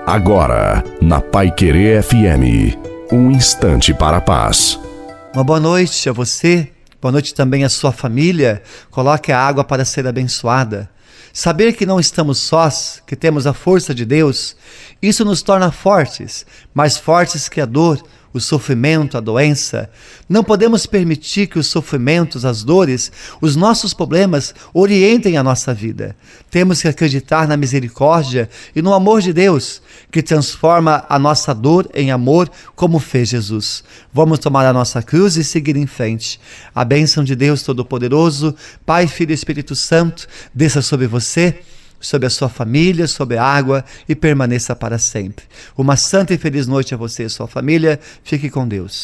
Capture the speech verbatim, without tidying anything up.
Agora, na Paiquerê F M, um instante para a paz. Uma boa noite a você, boa noite também à sua família. Coloque a água para ser abençoada. Saber que não estamos sós, que temos a força de Deus, isso nos torna fortes, mais fortes que a dor, o sofrimento, a doença. Não podemos permitir que os sofrimentos, as dores, os nossos problemas orientem a nossa vida. Temos que acreditar na misericórdia e no amor de Deus, que transforma a nossa dor em amor, como fez Jesus. Vamos tomar a nossa cruz e seguir em frente. A bênção de Deus Todo-Poderoso, Pai, Filho e Espírito Santo, desça sobre você, sobre a sua família, sobre a água e permaneça para sempre. Uma santa e feliz noite a você e a sua família. Fique com Deus.